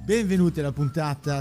Benvenuti alla puntata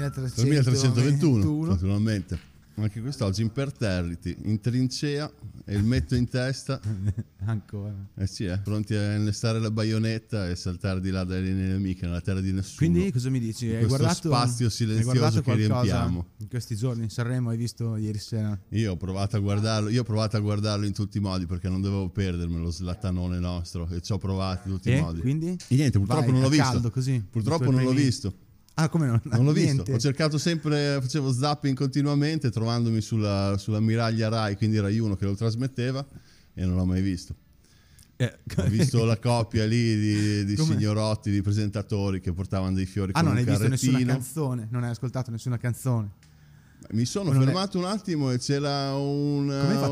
3321, naturalmente. Anche quest'oggi imperterriti, in trincea, elmetto in testa. Ancora. Sì, pronti a innestare la baionetta e saltare di là dalle linee nemiche nella terra di nessuno. Quindi cosa mi dici? Hai questo guardato, spazio silenzioso che riempiamo in questi giorni in Sanremo? Hai visto ieri sera? Io ho provato a guardarlo in tutti i modi perché non dovevo perdermi lo slattanone nostro e ci ho provato in tutti i modi. Quindi? E niente, purtroppo non l'ho visto. Così, purtroppo non l'ho visto. Ah, come no? Non l'ho Niente. visto, ho cercato sempre, facevo zapping continuamente trovandomi sulla Miraglia Rai, quindi Rai 1 che lo trasmetteva e non l'ho mai visto. Ho visto la coppia lì di signorotti, di presentatori che portavano dei fiori con un carrettino. Non hai visto nessuna canzone? Non hai ascoltato nessuna canzone? Mi sono fermato un attimo e c'era un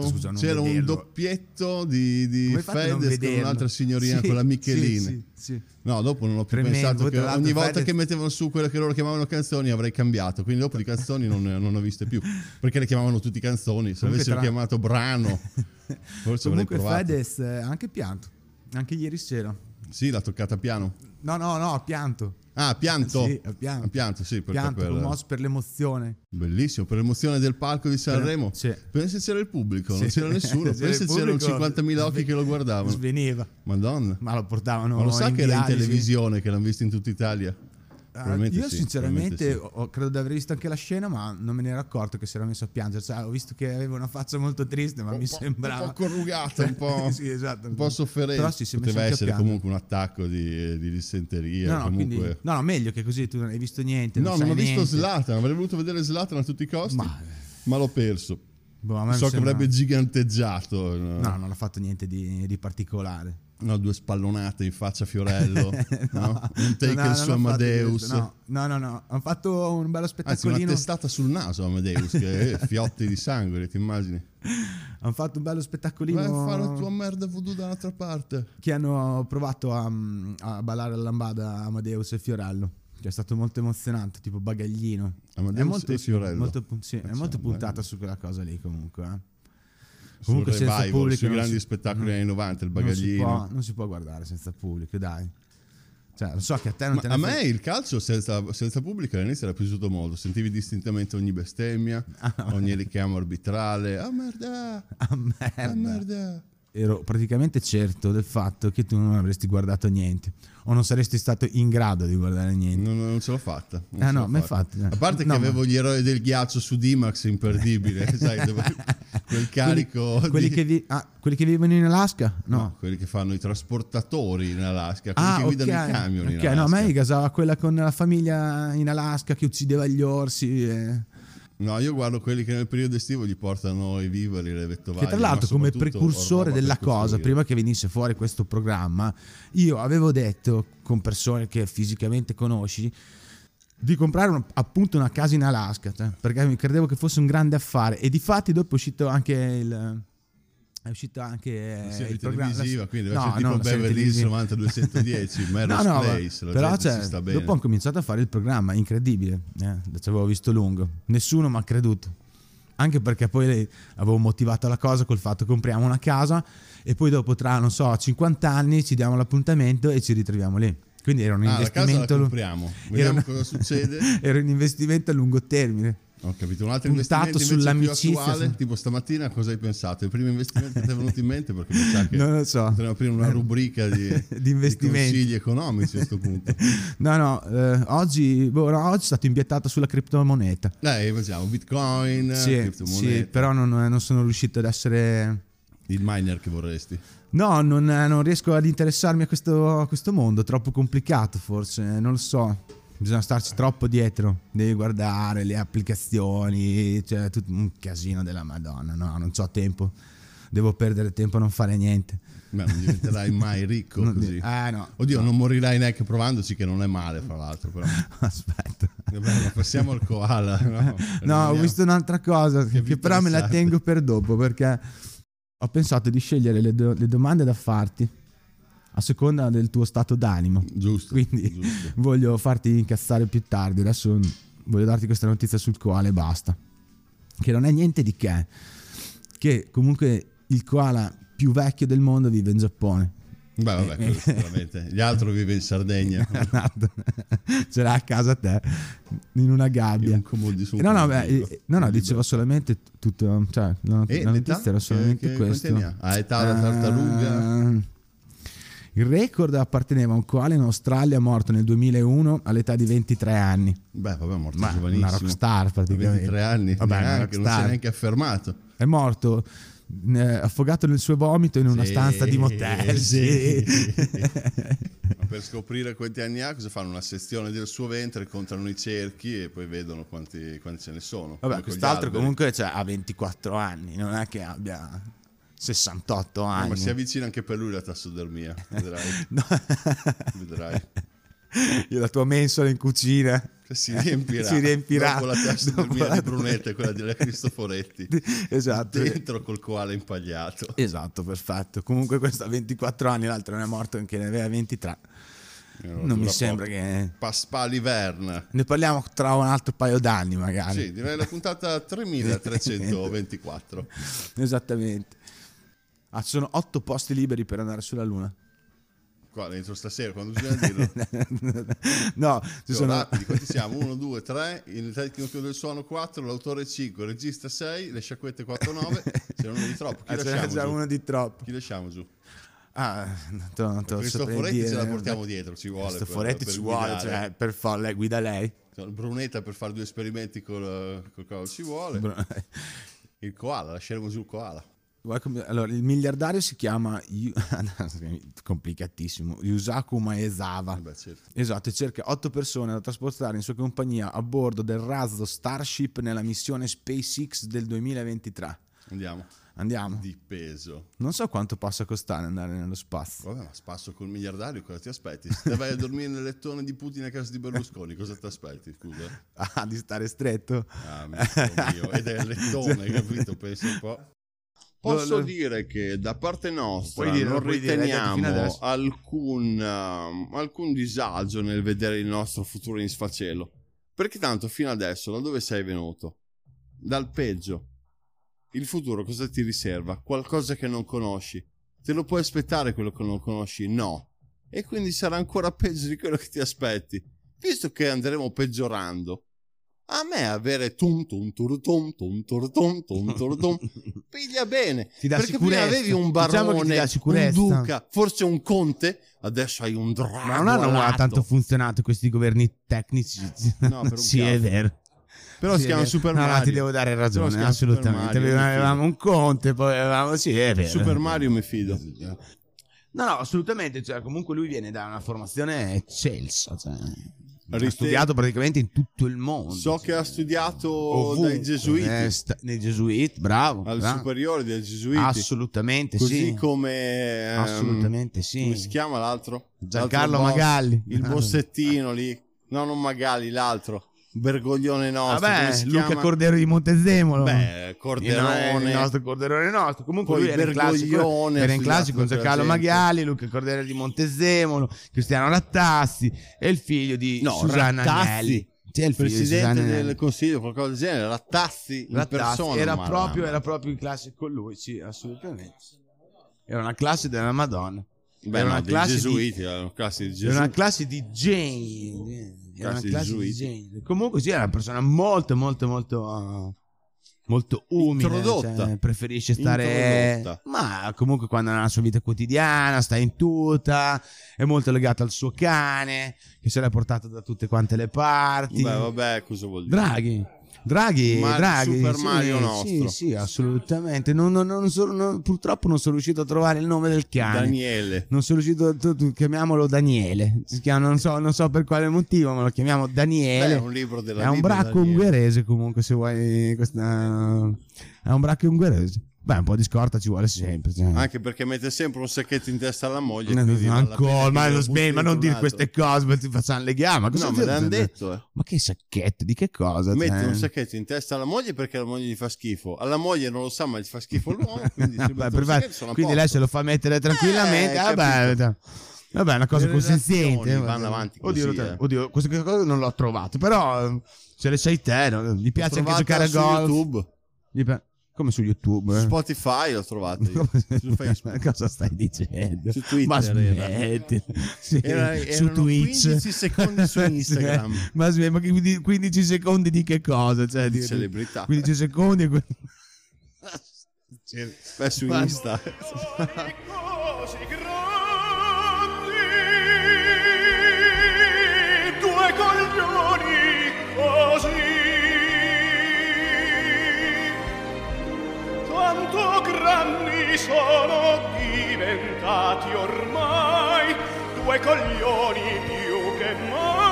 doppietto di Fedez con un'altra signorina, con la Michelini. Sì. No, dopo non ho più pensato che ogni volta che mettevano su quelle che loro chiamavano canzoni avrei cambiato, quindi dopo di canzoni non ho viste più, perché le chiamavano tutti canzoni. Se avessero chiamato brano forse avrei provato. Fedez ha anche pianto, anche ieri sera. Sì, l'ha toccata piano. No, ha pianto. Ah, pianto? Sì, ha pianto. Sì, commosso per l'emozione. Bellissimo, per l'emozione del palco di Sanremo. Sì. Pensa se c'era il pubblico, non c'era nessuno. Pensa se c'erano 50.000 occhi che lo guardavano. Sveniva. Madonna. Ma lo portavano. Ma lo sa che era in televisione, che l'hanno visto in tutta Italia? Io sinceramente credo di aver visto anche la scena, ma non me ne ero accorto che si era messo a piangere. Cioè, ho visto che aveva una faccia molto triste, ma mi sembrava un po' corrugata, un po', sì, esatto, un po' sofferente. Però poteva essere comunque un attacco di dissenteria. Quindi, meglio che così tu non hai visto niente. Non ho visto Zlatan, avrei voluto vedere Zlatan a tutti i costi, ma l'ho perso. So che avrebbe giganteggiato. No, non ha fatto niente di particolare. No, 2 spallonate in faccia a Fiorello, no? Un take su Amadeus. No, hanno fatto un bello spettacolino. Anzi, una testata sul naso Amadeus, che fiotti di sangue, ti immagini? Hanno fatto un bello spettacolino. Vai a fare la tua merda voodoo dall'altra parte. Che hanno provato a ballare la lambada Amadeus e Fiorello, che è stato molto emozionante, tipo bagaglino. Amadeus e Fiorello. È molto puntata su quella cosa lì comunque. Comunque senza pubblico, sui grandi spettacoli anni 90, il bagaglino. Non si può guardare senza pubblico, dai. Cioè, lo so che a te non te ne a me il calcio senza pubblico all'inizio era piaciuto molto. Sentivi distintamente ogni bestemmia, ogni richiamo arbitrale. Ah merda. Ero praticamente certo del fatto che tu non avresti guardato niente o non saresti stato in grado di guardare niente. Non ce l'ho fatta. Infatti. A parte che avevo gli eroi del ghiaccio su D-Max imperdibile, sai, quel carico. Quelli che vivono in Alaska? No, quelli che fanno i trasportatori in Alaska, quelli che guidano i camion in Alaska. No, a me gasava quella con la famiglia in Alaska che uccideva gli orsi. No, io guardo quelli che nel periodo estivo gli portano i viveri, le vettovaglie. Che tra l'altro come precursore della cosa, prima che venisse fuori questo programma, io avevo detto con persone che fisicamente conosci di comprare appunto una casa in Alaska, perché mi credevo che fosse un grande affare, e difatti dopo è uscito anche il programma televisiva, quindi deve essere tipo Beverly Hills 90210, Melrose Place, però dopo hanno cominciato a fare il programma, incredibile, ci avevo visto lungo, nessuno mi ha creduto, anche perché poi avevo motivato la cosa col fatto compriamo una casa e poi dopo tra 50 anni ci diamo l'appuntamento e ci ritroviamo lì, quindi era un investimento. La casa la compriamo, vediamo cosa succede. Era un investimento a lungo termine. Ho capito, un altro investimento sull'amicizia più attuale, tipo stamattina cosa hai pensato? Il primo investimento che ti è venuto in mente? Perché mi sa che non lo so, potremmo aprire una rubrica di consigli economici a questo punto. Oggi è stato impiattato sulla criptomoneta. Facciamo Bitcoin, criptomonete. Sì, però non sono riuscito ad essere il miner che vorresti. No, non riesco ad interessarmi a questo mondo, troppo complicato forse, non lo so. Bisogna starci troppo dietro, devi guardare le applicazioni, cioè tutto un casino della Madonna. No, non c'ho tempo, devo perdere tempo a non fare niente. Beh, non diventerai mai ricco così. No. Oddio, non morirai neanche provandoci, che non è male, fra l'altro. Però. Aspetta. Passiamo al koala. No, ho visto un'altra cosa che però me la tengo per dopo, perché ho pensato di scegliere le domande da farti a seconda del tuo stato d'animo. Giusto. Quindi voglio farti incazzare più tardi. Adesso voglio darti questa notizia sul koala e basta. Che non è niente di che comunque il koala più vecchio del mondo vive in Giappone. Beh, vabbè, quello sicuramente. Gli altri vive in Sardegna. Ce l'ha a casa te, in una gabbia. No, diceva solamente tutto, cioè, la notizia era solamente questo. Età da tartaruga. Il record apparteneva a un koala in Australia morto nel 2001 all'età di 23 anni. Beh, vabbè, morto giovanissimo. Una rockstar praticamente. 23 anni, vabbè, non si è neanche affermato. È morto affogato nel suo vomito in una stanza di motel. Sì. Ma per scoprire quanti anni ha, cosa fanno? Una sezione del suo ventre, contano i cerchi e poi vedono quanti ce ne sono. Vabbè, quest'altro comunque ha 24 anni, non è che abbia 68 anni. No, ma si avvicina anche per lui la tassodermia, vedrai. No. Vedrai. Io la tua mensola in cucina si riempirà dopo la tassodermia di Brunetta, quella della Cristoforetti. Esatto. Dentro col koala impagliato. Esatto, perfetto. Comunque questo ha 24 anni, l'altro non è morto anche ne aveva 23. Non mi sembra che Paspalaverne. Ne parliamo tra un altro paio d'anni magari. Sì, direi la puntata 3324. Esattamente. Ci sono 8 posti liberi per andare sulla Luna. Qua dentro stasera, quando bisogna dirlo? No, ci sono rapidi, quanti siamo? 1, 2, 3, il tecnico del suono 4, l'autore 5, il regista 6, le sciacquette 4, 9. C'è uno di troppo. Chi lasciamo già giù? Uno di troppo. Chi lasciamo giù? Cristoforetti ce la portiamo dietro, ci vuole. Cristoforetti ci vuole, cioè, per farle, guida lei. Brunetta per fare 2 esperimenti col coso ci vuole. Il koala, lasceremo giù il koala. Allora, il miliardario si chiama complicatissimo Yusaku Maezawa. Certo. Esatto, e cerca 8 persone da trasportare in sua compagnia a bordo del razzo Starship nella missione SpaceX del 2023. Andiamo. Di peso. Non so quanto possa costare andare nello spazio. Vabbè, ma spasso col miliardario, cosa ti aspetti? Se te vai a dormire nel lettone di Putin a casa di Berlusconi, cosa ti aspetti, scusa? Di stare stretto? Mio. Ed è il lettone, capito? Pensa un po'. Posso dire che da parte nostra non riteniamo alcun disagio nel vedere il nostro futuro in sfacelo, perché tanto fino adesso da dove sei venuto? Dal peggio. Il futuro cosa ti riserva? Qualcosa che non conosci. Te lo puoi aspettare quello che non conosci? No. E quindi sarà ancora peggio di quello che ti aspetti, visto che andremo peggiorando. A me avere piglia bene, ti dà perché sicurezza. Prima avevi un barone, un duca, forse un conte, adesso hai un drago. Ma non hanno tanto funzionato questi governi tecnici. No, per un sì, è vero. Però si chiama Super Mario. No, ti devo dare ragione, assolutamente. Avevamo un conte, poi avevamo... Sì, è vero. Super Mario mi fido. No, assolutamente. Cioè, comunque lui viene da una formazione eccelsa, cioè... Ha studiato praticamente in tutto il mondo. So che ha studiato dai Gesuiti. Nei Gesuiti, bravo. Al superiore dei Gesuiti. Assolutamente così sì. Così come... assolutamente sì. Come si chiama l'altro? Giancarlo Magalli. Il bossettino lì. No, non Magalli, l'altro. Bergoglione nostro. Vabbè, Luca Cordero di Montezemolo. Beh, Corderone. Il nostro Corderone nostro. Comunque poi lui era in classe con Giancarlo Magalli, Luca Cordero di Montezemolo, Cristiano Rattassi e il figlio di Susanna Agnelli. C'è il presidente del consiglio, qualcosa del genere. Rattassi in persona. Era proprio in classe con lui, sì, assolutamente. Era una classe della Madonna. Beh, era una classe Gesuiti, era una classe di Gesuiti. Era una classe di geni. Era una classe di geni. Comunque sì, era una persona molto umile, introdotta. Cioè, preferisce stare ma comunque quando nella sua vita quotidiana sta in tuta, è molto legato al suo cane che se l'ha portato da tutte quante le parti. Beh, vabbè, cosa vuol dire? Draghi, Super Mario nostro. Sì, assolutamente. Purtroppo non sono riuscito a trovare il nome del cane. Daniele. Non sono riuscito, chiamiamolo Daniele. Si chiama, non so per quale motivo, ma lo chiamiamo Daniele. Beh, è un libro della È un bracco ungherese comunque, se vuoi. È un braccio ungherese. Beh, un po' di scorta ci vuole sempre. Cioè. Anche perché mette sempre un sacchetto in testa alla moglie. Ancora, ma non dire queste cose, ma ti facciamo legare. No, me l'hanno detto. Ma che sacchetto? Di che cosa? Mette un sacchetto in testa alla moglie perché la moglie gli fa schifo. Alla moglie non lo sa, ma gli fa schifo l'uomo. Quindi lei se lo fa mettere tranquillamente. Vabbè, una cosa consenziente. Vanno avanti così. Oddio, queste cose non l'ho trovato. Però se le sai te, no? Gli piace anche giocare a golf. YouTube. Come su YouTube? Spotify l'ho trovato io. Su Facebook. Cosa stai dicendo? Su Twitter. Ma smetti. Sì, su Twitch. 15 secondi su Instagram. Ma 15 secondi di che cosa? Cioè, di celebrità. 15 secondi. Beh, su Insta. Così grandi, due coglioni così, quanto grandi sono diventati ormai, due coglioni più che mai.